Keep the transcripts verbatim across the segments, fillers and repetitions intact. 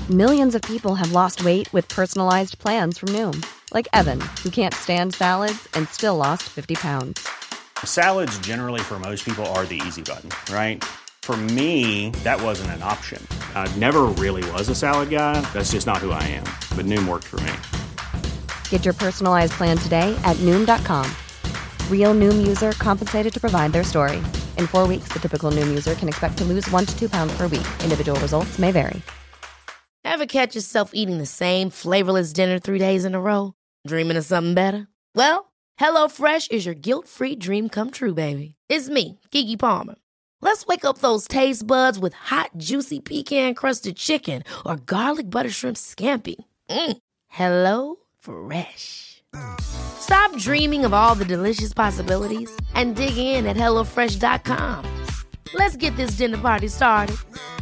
Millions of people have lost weight with personalized plans from Noom. Like Evan, who can't stand salads and still lost fifty pounds. Salads generally for most people are the easy button, right? For me, that wasn't an option. I never really was a salad guy. That's just not who I am. But Noom worked for me. Get your personalized plan today at Noom dot com. Real Noom user compensated to provide their story. In four weeks, the typical Noom user can expect to lose one to two pounds per week. Individual results may vary. Ever catch yourself eating the same flavorless dinner three days in a row? Dreaming of something better? Well, HelloFresh is your guilt-free dream come true, baby. It's me, Keke Palmer. Let's wake up those taste buds with hot, juicy pecan-crusted chicken or garlic butter shrimp scampi. Mm. Hello Fresh. Stop dreaming of all the delicious possibilities and dig in at hello fresh dot com. Let's get this dinner party started.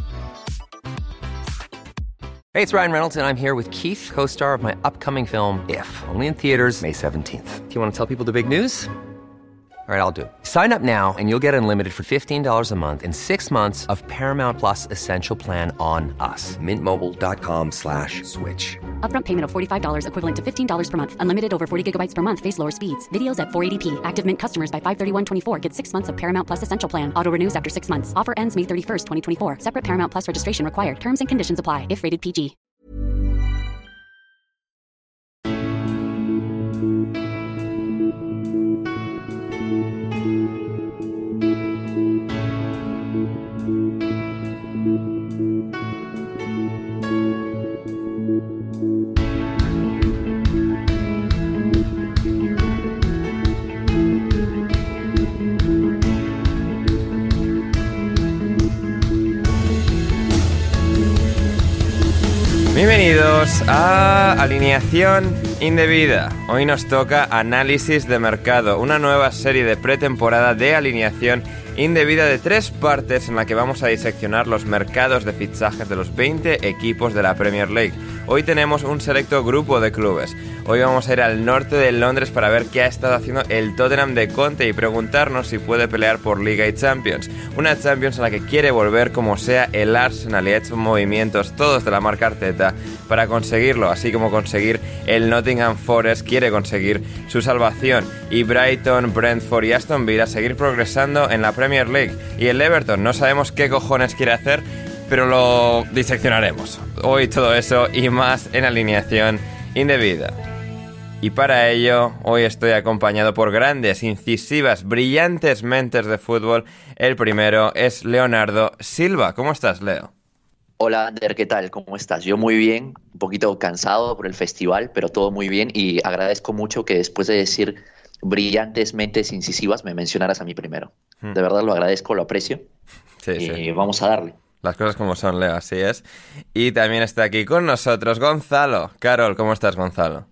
Hey, it's Ryan Reynolds, and I'm here with Keith, co-star of my upcoming film, If, only in theaters May seventeenth. Do you want to tell people the big news? All right, I'll do it. Sign up now and you'll get unlimited for fifteen dollars a month and six months of Paramount Plus Essential Plan on us. Mint Mobile dot com slash switch. Upfront payment of forty-five dollars equivalent to fifteen dollars per month. Unlimited over forty gigabytes per month. Face lower speeds. Videos at four eighty p. Active Mint customers by five thirty-one twenty-four get six months of Paramount Plus Essential Plan. Auto renews after six months. Offer ends May thirty-first, twenty twenty-four. Separate Paramount Plus registration required. Terms and conditions apply if rated P G. Bienvenidos a Alineación Indebida. Hoy nos toca Análisis de Mercado, una nueva serie de pretemporada de alineación indebida de tres partes en la que vamos a diseccionar los mercados de fichajes de los veinte equipos de la Premier League. Hoy tenemos un selecto grupo de clubes. Hoy vamos a ir al norte de Londres para ver qué ha estado haciendo el Tottenham de Conte y preguntarnos si puede pelear por Liga y Champions. Una Champions a la que quiere volver como sea el Arsenal y ha hecho movimientos todos de la marca Arteta para conseguirlo, así como conseguir el Nottingham Forest quiere conseguir su salvación y Brighton, Brentford y Aston Villa seguir progresando en la Premier League. Y el Everton no sabemos qué cojones quiere hacer, pero lo diseccionaremos. Hoy todo eso y más en Alineación Indebida. Y para ello, hoy estoy acompañado por grandes, incisivas, brillantes mentes de fútbol. El primero es Leonardo Silva. ¿Cómo estás, Leo? Hola, Ander, ¿qué tal? ¿Cómo estás? Yo muy bien, un poquito cansado por el festival, pero todo muy bien y agradezco mucho que después de decir brillantes mentes incisivas me mencionaras a mí primero. Hmm. De verdad lo agradezco, lo aprecio. Sí, y sí. Vamos a darle. Las cosas como son, Leo, así es. Y también está aquí con nosotros Gonzalo. Carol, ¿cómo estás, Gonzalo?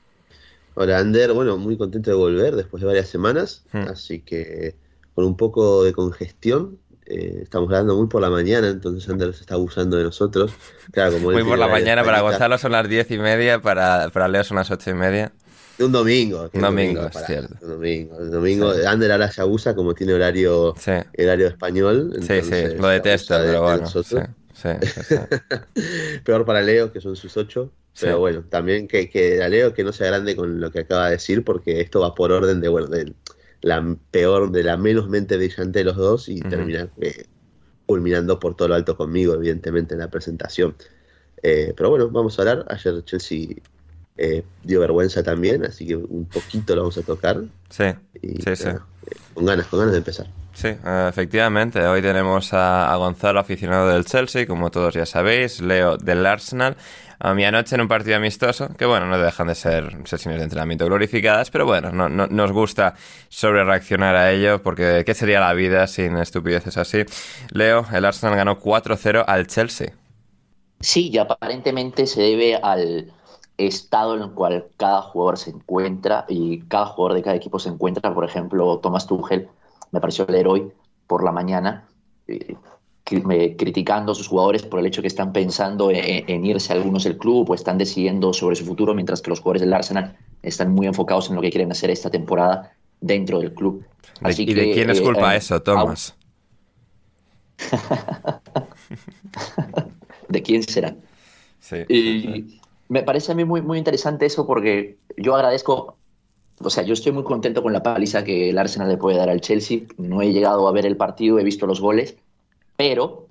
Hola, Ander. Bueno, muy contento de volver después de varias semanas. Hmm. Así que con un poco de congestión. Eh, estamos grabando muy por la mañana, entonces Ander se está abusando de nosotros. Claro, como muy por la mañana, para Gonzalo son las diez y media, para, para Leo son las ocho y media. Un domingo. Un domingo, es para, cierto. Un domingo. El domingo, sí. Ander ahora se abusa como tiene horario, sí. horario español. Sí, sí, lo detesto, de, pero bueno. Sí, sí, sí, sí. Peor para Leo, que son sus ocho. Pero sí. Bueno, también que, que a Leo que no se agrande con lo que acaba de decir, porque esto va por orden de, bueno, de la peor, de la menos mente brillante de los dos y uh-huh. termina eh, culminando por todo lo alto conmigo, evidentemente, en la presentación. Eh, pero bueno, vamos a hablar. Ayer Chelsea eh, dio vergüenza también, así que un poquito lo vamos a tocar. Sí, y, sí, sí. Eh, con ganas, con ganas de empezar. Sí, uh, efectivamente. Hoy tenemos a, a Gonzalo, aficionado del Chelsea, como todos ya sabéis, Leo del Arsenal. A mi anoche en un partido amistoso, que bueno, no dejan de ser sesiones de entrenamiento glorificadas, pero bueno, no, no, nos gusta sobre reaccionar a ello, porque ¿qué sería la vida sin estupideces así? Leo, el Arsenal ganó cuatro cero al Chelsea. Sí, y aparentemente se debe al estado en el cual cada jugador se encuentra, y cada jugador de cada equipo se encuentra. Por ejemplo, Thomas Tuchel, me pareció leer hoy por la mañana, eh, criticando a sus jugadores por el hecho que están pensando en, en irse algunos del club o están decidiendo sobre su futuro, mientras que los jugadores del Arsenal están muy enfocados en lo que quieren hacer esta temporada dentro del club. Así ¿Y que, de quién es culpa eh, eso, Thomas? ¿De quién será? Sí, y sí, sí. me parece a mí muy, muy interesante eso porque yo agradezco, o sea, yo estoy muy contento con la paliza que el Arsenal le puede dar al Chelsea. No he llegado a ver el partido, he visto los goles, pero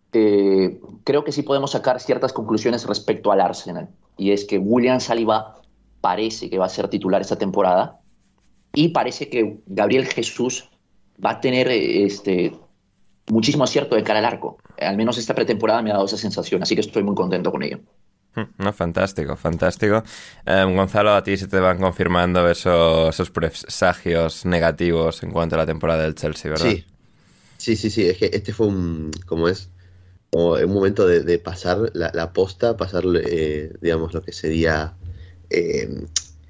eh, creo que sí podemos sacar ciertas conclusiones respecto al Arsenal. Y es que William Saliba parece que va a ser titular esta temporada y parece que Gabriel Jesús va a tener eh, este, muchísimo acierto de cara al arco. Al menos esta pretemporada me ha dado esa sensación, así que estoy muy contento con ello. No, fantástico, fantástico. Eh, Gonzalo, a ti se te van confirmando esos, esos presagios negativos en cuanto a la temporada del Chelsea, ¿verdad? Sí, sí, sí, sí. Es que este fue un, como es, como un momento de, de pasar la, la posta, pasar, eh, digamos, lo que sería eh,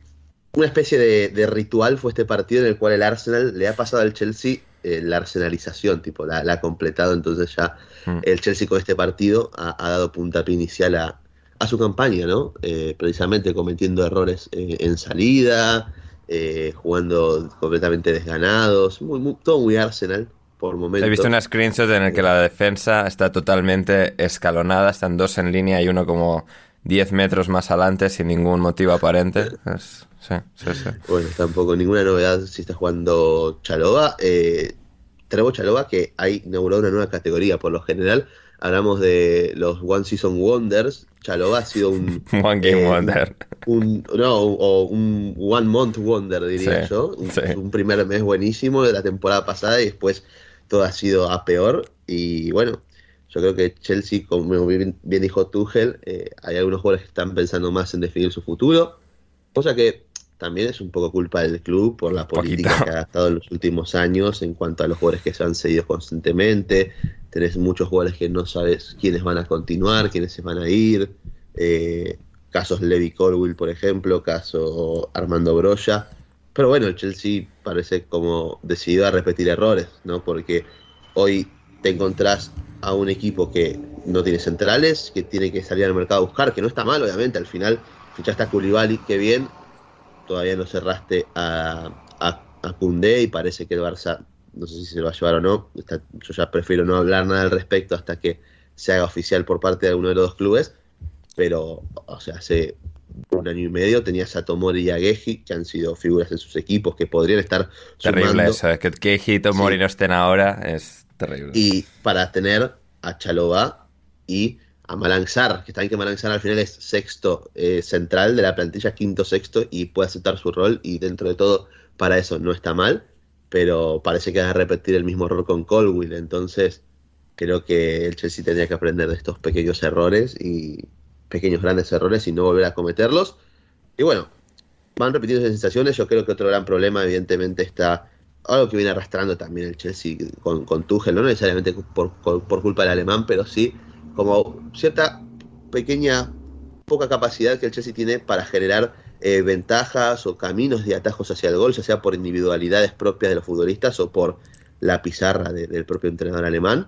una especie de, de ritual. Fue este partido en el cual el Arsenal le ha pasado al Chelsea eh, la arsenalización, tipo, la, la ha completado. Entonces ya mm. el Chelsea con este partido ha, ha dado puntapié inicial a a su campaña, ¿no? Eh, precisamente cometiendo errores eh, en salida, eh, jugando completamente desganados, muy, muy, todo muy Arsenal por momentos. He visto una screenshot en el que la defensa está totalmente escalonada, están dos en línea y uno como diez metros más adelante sin ningún motivo aparente. Es, sí, sí, sí. Bueno, tampoco ninguna novedad si está jugando Chalobah. Eh, Trevoh Chalobah, que ha inaugurado una nueva categoría por lo general. Hablamos de los One Season Wonders. Chalobah ha sido un... One Game eh, Wonder. Un, no, o un One Month Wonder, diría sí, yo. Un, sí. un primer mes buenísimo de la temporada pasada y después todo ha sido a peor. Y bueno, yo creo que Chelsea, como bien, bien dijo Tuchel, eh, hay algunos jugadores que están pensando más en definir su futuro. Cosa que también es un poco culpa del club por la política Poquito. que ha adaptado en los últimos años en cuanto a los jugadores que se han cedido constantemente. Tenés muchos jugadores que no sabes quiénes van a continuar, quiénes se van a ir. Eh, casos Levi Colwill, por ejemplo, caso Armando Broja. Pero bueno, el Chelsea parece como decidido a repetir errores, ¿no? Porque hoy te encontrás a un equipo que no tiene centrales, que tiene que salir al mercado a buscar, que no está mal, obviamente. Al final fichaste a Koulibaly, qué bien. Todavía no cerraste a, a, a Koundé y parece que el Barça, no sé si se lo va a llevar o no. Está, yo ya prefiero no hablar nada al respecto hasta que se haga oficial por parte de alguno de los dos clubes. Pero, o sea, hace un año y medio tenías a Tomori y a Guehi, que han sido figuras en sus equipos, que podrían estar terrible sumando. Eso, es que Guehi y Tomori sí. no estén ahora, es terrible. Y para tener a Chalobah y a Malang Sarr, que también que Malang Sarr al final es sexto eh, central de la plantilla, quinto, sexto, y puede aceptar su rol, y dentro de todo, para eso no está mal, pero parece que va a repetir el mismo error con Colwill. Entonces creo que el Chelsea tendría que aprender de estos pequeños errores y pequeños grandes errores y no volver a cometerlos. Y bueno, van repitiendo esas sensaciones. Yo creo que otro gran problema evidentemente está algo que viene arrastrando también el Chelsea con, con Tuchel, no necesariamente por, por, por culpa del alemán, pero sí como cierta pequeña poca capacidad que el Chelsea tiene para generar eh, ventajas o caminos de atajos hacia el gol, ya sea por individualidades propias de los futbolistas o por la pizarra de, del propio entrenador alemán.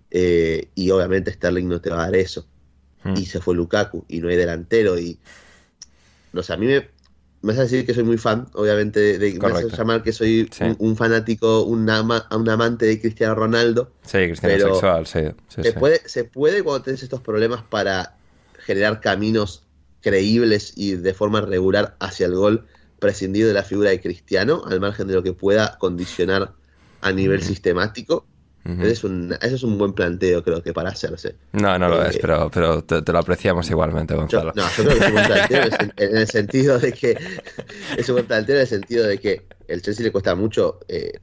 Eh, y obviamente Sterling no te va a dar eso. Hmm. Y se fue Lukaku y no hay delantero. Y no sé, a mí me, me vas a decir que soy muy fan, obviamente, de, de me vas a llamar que soy sí. un, un fanático, un, ama, un amante de Cristiano Ronaldo. Sí, Cristiano pero sexual, sí. sí, se, sí. Puede, se puede cuando tenés estos problemas para generar caminos creíbles y de forma regular hacia el gol, prescindir de la figura de Cristiano, al margen de lo que pueda condicionar a nivel uh-huh. sistemático. Uh-huh. Ese, es un, ese es un buen planteo, creo que, para hacerse. No, no eh, lo es, pero, pero te, te lo apreciamos igualmente, Gonzalo. Yo, no, yo creo que es un buen planteo en, el, en el sentido de que es un buen planteo en el sentido de que el Chelsea le cuesta mucho eh,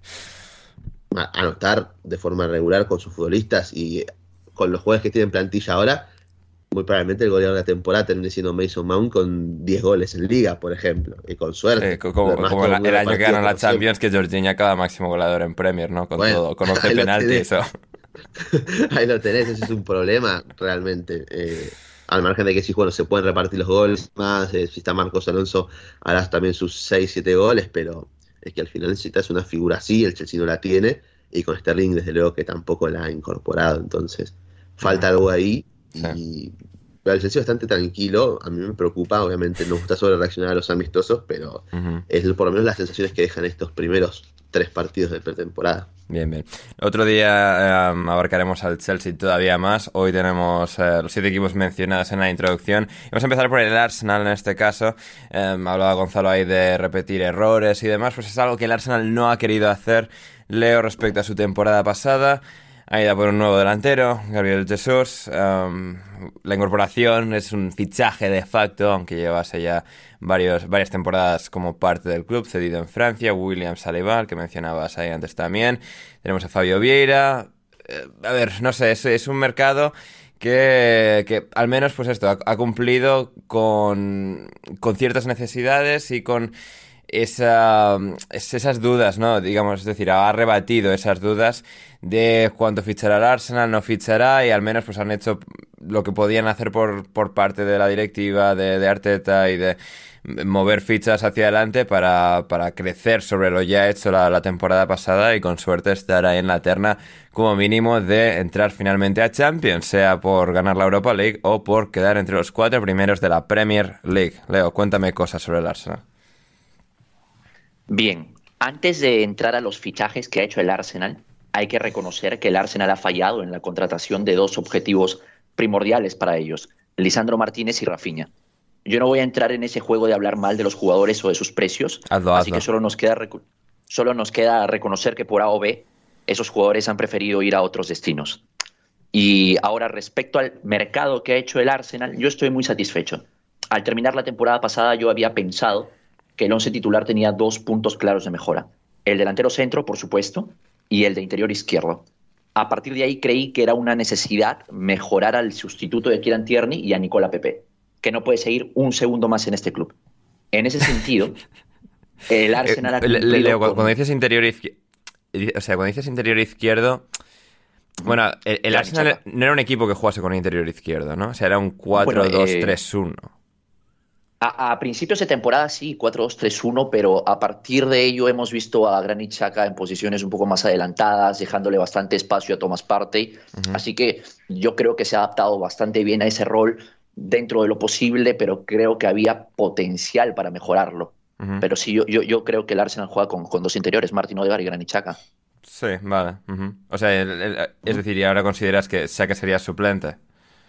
anotar de forma regular con sus futbolistas y con los jugadores que tienen plantilla ahora. Muy probablemente el goleador de la temporada termine siendo Mason Mount con diez goles en Liga, por ejemplo, y con suerte. Sí, como como el, el año que ganó la Champions, que Jorginho acaba máximo goleador en Premier, ¿no? Con bueno, todo, con once penaltis. Ahí lo tenés, ese es un problema realmente. Eh, al margen de que sí, bueno, se pueden repartir los goles más, eh, si está Marcos Alonso, harás también sus seis siete goles, pero es que al final necesitas una figura así, el Chelsea no la tiene, y con Sterling desde luego que tampoco la ha incorporado, entonces falta algo ahí. Sí. Y el Chelsea bastante tranquilo, a mí me preocupa, obviamente nos gusta sobre reaccionar a los amistosos, pero uh-huh. es por lo menos las sensaciones que dejan estos primeros tres partidos de pretemporada. Bien, bien. Otro día eh, abarcaremos al Chelsea todavía más. Hoy tenemos eh, los siete equipos mencionados en la introducción. Vamos a empezar por el Arsenal en este caso. Eh, hablaba Gonzalo ahí de repetir errores y demás. Pues es algo que el Arsenal no ha querido hacer. Leo respecto a su temporada pasada. Ha ido por un nuevo delantero, Gabriel Jesús. Um, la incorporación es un fichaje de facto, aunque llevase ya varios, varias temporadas como parte del club, cedido en Francia. William Saliba, que mencionabas ahí antes también. Tenemos a Fabio Vieira. Eh, a ver, no sé, es, es un mercado que, que al menos pues esto ha, ha cumplido con, con ciertas necesidades y con esa, esas dudas, ¿no? Digamos, es decir, ha rebatido esas dudas de cuánto fichará el Arsenal, no fichará, y al menos pues han hecho lo que podían hacer por, por parte de la directiva, de, de Arteta, y de mover fichas hacia adelante para, para crecer sobre lo ya hecho la, la temporada pasada y con suerte estar ahí en la terna como mínimo de entrar finalmente a Champions, sea por ganar la Europa League o por quedar entre los cuatro primeros de la Premier League. Leo, cuéntame cosas sobre el Arsenal. Bien, antes de entrar a los fichajes que ha hecho el Arsenal, hay que reconocer que el Arsenal ha fallado en la contratación de dos objetivos primordiales para ellos, Lisandro Martínez y Rafinha. Yo no voy a entrar en ese juego de hablar mal de los jugadores o de sus precios, hazlo, así hazlo. que solo nos, queda recu- solo nos queda reconocer que por A o B esos jugadores han preferido ir a otros destinos. Y ahora, respecto al mercado que ha hecho el Arsenal, yo estoy muy satisfecho. Al terminar la temporada pasada yo había pensado que el once titular tenía dos puntos claros de mejora. El delantero centro, por supuesto, y el de interior izquierdo. A partir de ahí creí que era una necesidad mejorar al sustituto de Kieran Tierney y a Nicola Pepe, que no puede seguir un segundo más en este club. En ese sentido, el Arsenal ha cumplido Leo, con... cuando dices interior izquierdo, o sea, cuando dices interior izquierdo, bueno, el, el Arsenal no era un equipo que jugase con interior izquierdo, ¿no? O sea, era un cuatro dos tres uno. Bueno, eh... A, a principios de temporada sí, cuatro dos tres uno, pero a partir de ello hemos visto a Granit Xhaka en posiciones un poco más adelantadas, dejándole bastante espacio a Thomas Partey. Uh-huh. Así que yo creo que se ha adaptado bastante bien a ese rol dentro de lo posible, pero creo que había potencial para mejorarlo. Uh-huh. Pero sí, yo, yo, yo creo que el Arsenal juega con, con dos interiores, Martin Odegaard y Granit Xhaka. Sí, vale. Uh-huh. O sea, el, el, es decir, ¿y ahora consideras que Xhaka sería suplente?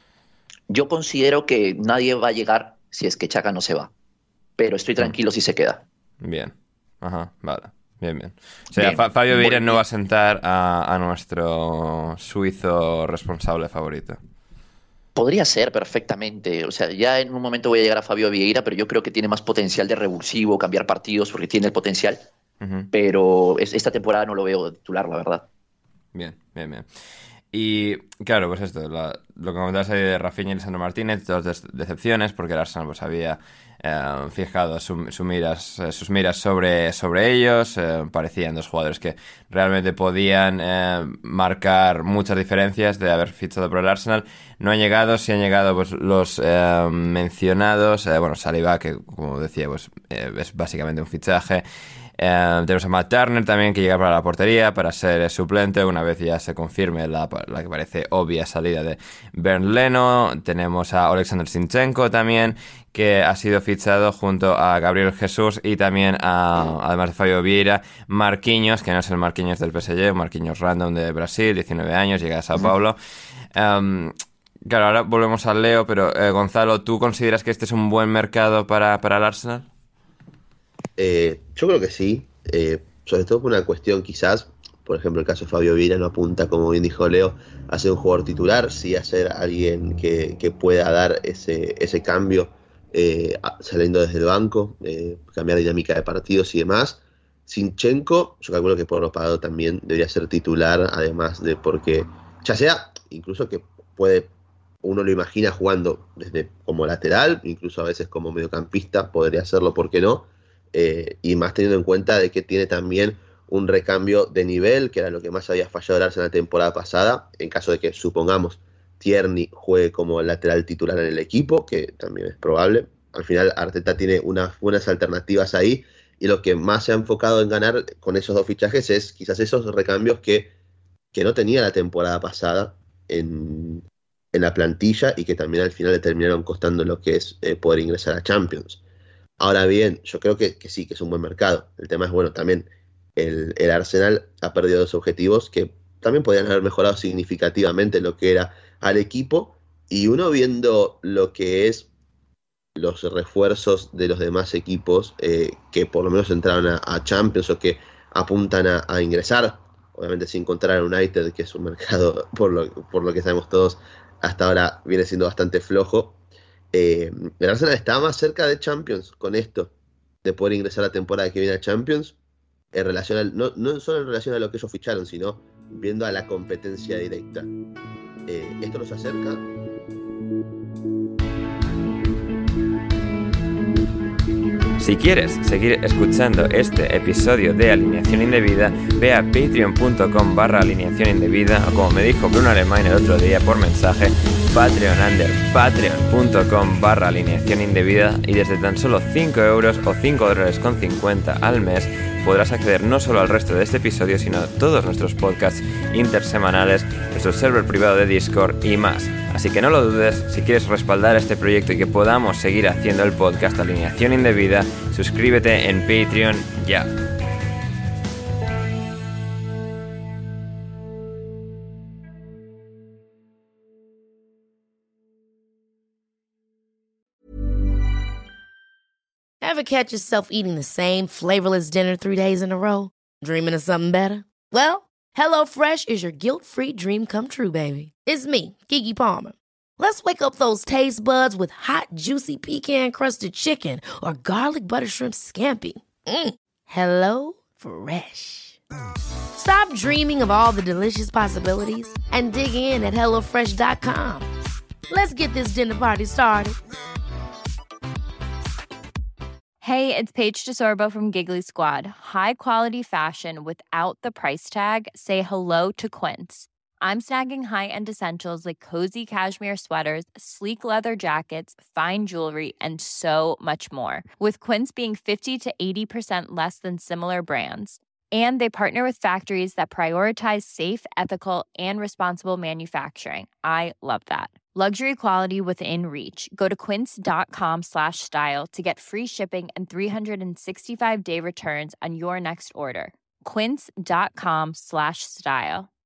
Yo considero que nadie va a llegar si es que Xhaka no se va. Pero estoy tranquilo mm. si se queda. Bien. Ajá, vale. Bien, bien. O sea, bien. Fabio Vieira no va a sentar a, a nuestro suizo responsable favorito. Podría ser perfectamente. O sea, ya en un momento voy a llegar a Fabio Vieira, pero yo creo que tiene más potencial de revulsivo, cambiar partidos, porque tiene el potencial. Uh-huh. Pero es, esta temporada no lo veo titular, la verdad. Bien, bien, bien. Y claro, pues esto, la, lo que comentabas ahí de Rafinha y Lisandro Martínez, dos des- decepciones, porque el Arsenal pues había eh, fijado su, su miras, eh, sus miras sobre, sobre ellos. Eh, parecían dos jugadores que realmente podían eh, marcar muchas diferencias de haber fichado por el Arsenal. No han llegado, sí han llegado pues los eh, mencionados, eh, bueno, Saliba, que como decía, pues eh, es básicamente un fichaje. Eh, tenemos a Matt Turner también, que llega para la portería para ser suplente una vez ya se confirme la, la que parece obvia salida de Bernd Leno. Tenemos a Oleksandr Zinchenko también, que ha sido fichado junto a Gabriel Jesús, y también a, además de Fabio Vieira, Marquinhos, que no es el Marquinhos del P S G, Marquinhos random de Brasil, diecinueve años, llega a Sao Paulo. Um, claro, ahora volvemos al Leo, pero eh, Gonzalo, ¿tú consideras que este es un buen mercado para, para el Arsenal? Eh, yo creo que sí, eh, sobre todo por una cuestión quizás, por ejemplo el caso de Fabio Vieira no apunta, como bien dijo Leo, a ser un jugador titular, sí a ser alguien que, que pueda dar ese, ese cambio eh, saliendo desde el banco, eh, cambiar dinámica de partidos y demás. Zinchenko, yo calculo que por lo pagado también debería ser titular, además de porque, ya sea, incluso que puede, uno lo imagina jugando desde como lateral, incluso a veces como mediocampista, podría hacerlo, ¿por qué no? Eh, y más teniendo en cuenta de que tiene también un recambio de nivel, que era lo que más había fallado el Arsenal la temporada pasada, en caso de que, supongamos, Tierney juegue como lateral titular en el equipo, que también es probable. Al final Arteta tiene unas buenas alternativas ahí, y lo que más se ha enfocado en ganar con esos dos fichajes es quizás esos recambios que, que no tenía la temporada pasada en, en la plantilla, y que también al final le terminaron costando lo que es eh, poder ingresar a Champions. Ahora bien, yo creo que, que sí, que es un buen mercado. El tema es, bueno, también el, el Arsenal ha perdido dos objetivos que también podrían haber mejorado significativamente lo que era al equipo, y uno viendo lo que es los refuerzos de los demás equipos eh, que por lo menos entraron a, a Champions o que apuntan a, a ingresar, obviamente sin contar a United, que es un mercado, por lo, por lo que sabemos todos, hasta ahora viene siendo bastante flojo. Eh, el Arsenal está más cerca de Champions con esto, de poder ingresar la temporada que viene a Champions, en relación al, no, no solo en relación a lo que ellos ficharon, sino viendo a la competencia directa. Eh, esto nos acerca. Si quieres seguir escuchando este episodio de Alineación Indebida, ve a patreon.com barra alineación indebida, o como me dijo Bruno Alemán el otro día por mensaje, Patreon under patreon.com barra alineación indebida, y desde tan solo cinco euros o cinco dólares con cincuenta al mes podrás acceder no solo al resto de este episodio, sino a todos nuestros podcasts intersemanales, nuestro server privado de Discord y más. Así que no lo dudes, si quieres respaldar este proyecto y que podamos seguir haciendo el podcast Alineación Indebida, suscríbete en Patreon ya. Ever catch yourself eating the same flavorless dinner three days in a row? Dreaming of something better? Well, HelloFresh is your guilt-free dream come true, baby. It's me, Keke Palmer. Let's wake up those taste buds with hot, juicy pecan-crusted chicken or garlic butter shrimp scampi. Mm. Hello Fresh. Stop dreaming of all the delicious possibilities and dig in at hello fresh dot com. Let's get this dinner party started. Hey, it's Paige DeSorbo from Giggly Squad. High quality fashion without the price tag. Say hello to Quince. I'm snagging high-end essentials like cozy cashmere sweaters, sleek leather jackets, fine jewelry, and so much more. With Quince being fifty to eighty percent less than similar brands. And they partner with factories that prioritize safe, ethical, and responsible manufacturing. I love that. Luxury quality within reach. Go to quince.com slash style to get free shipping and three sixty-five day returns on your next order. Quince.com slash style.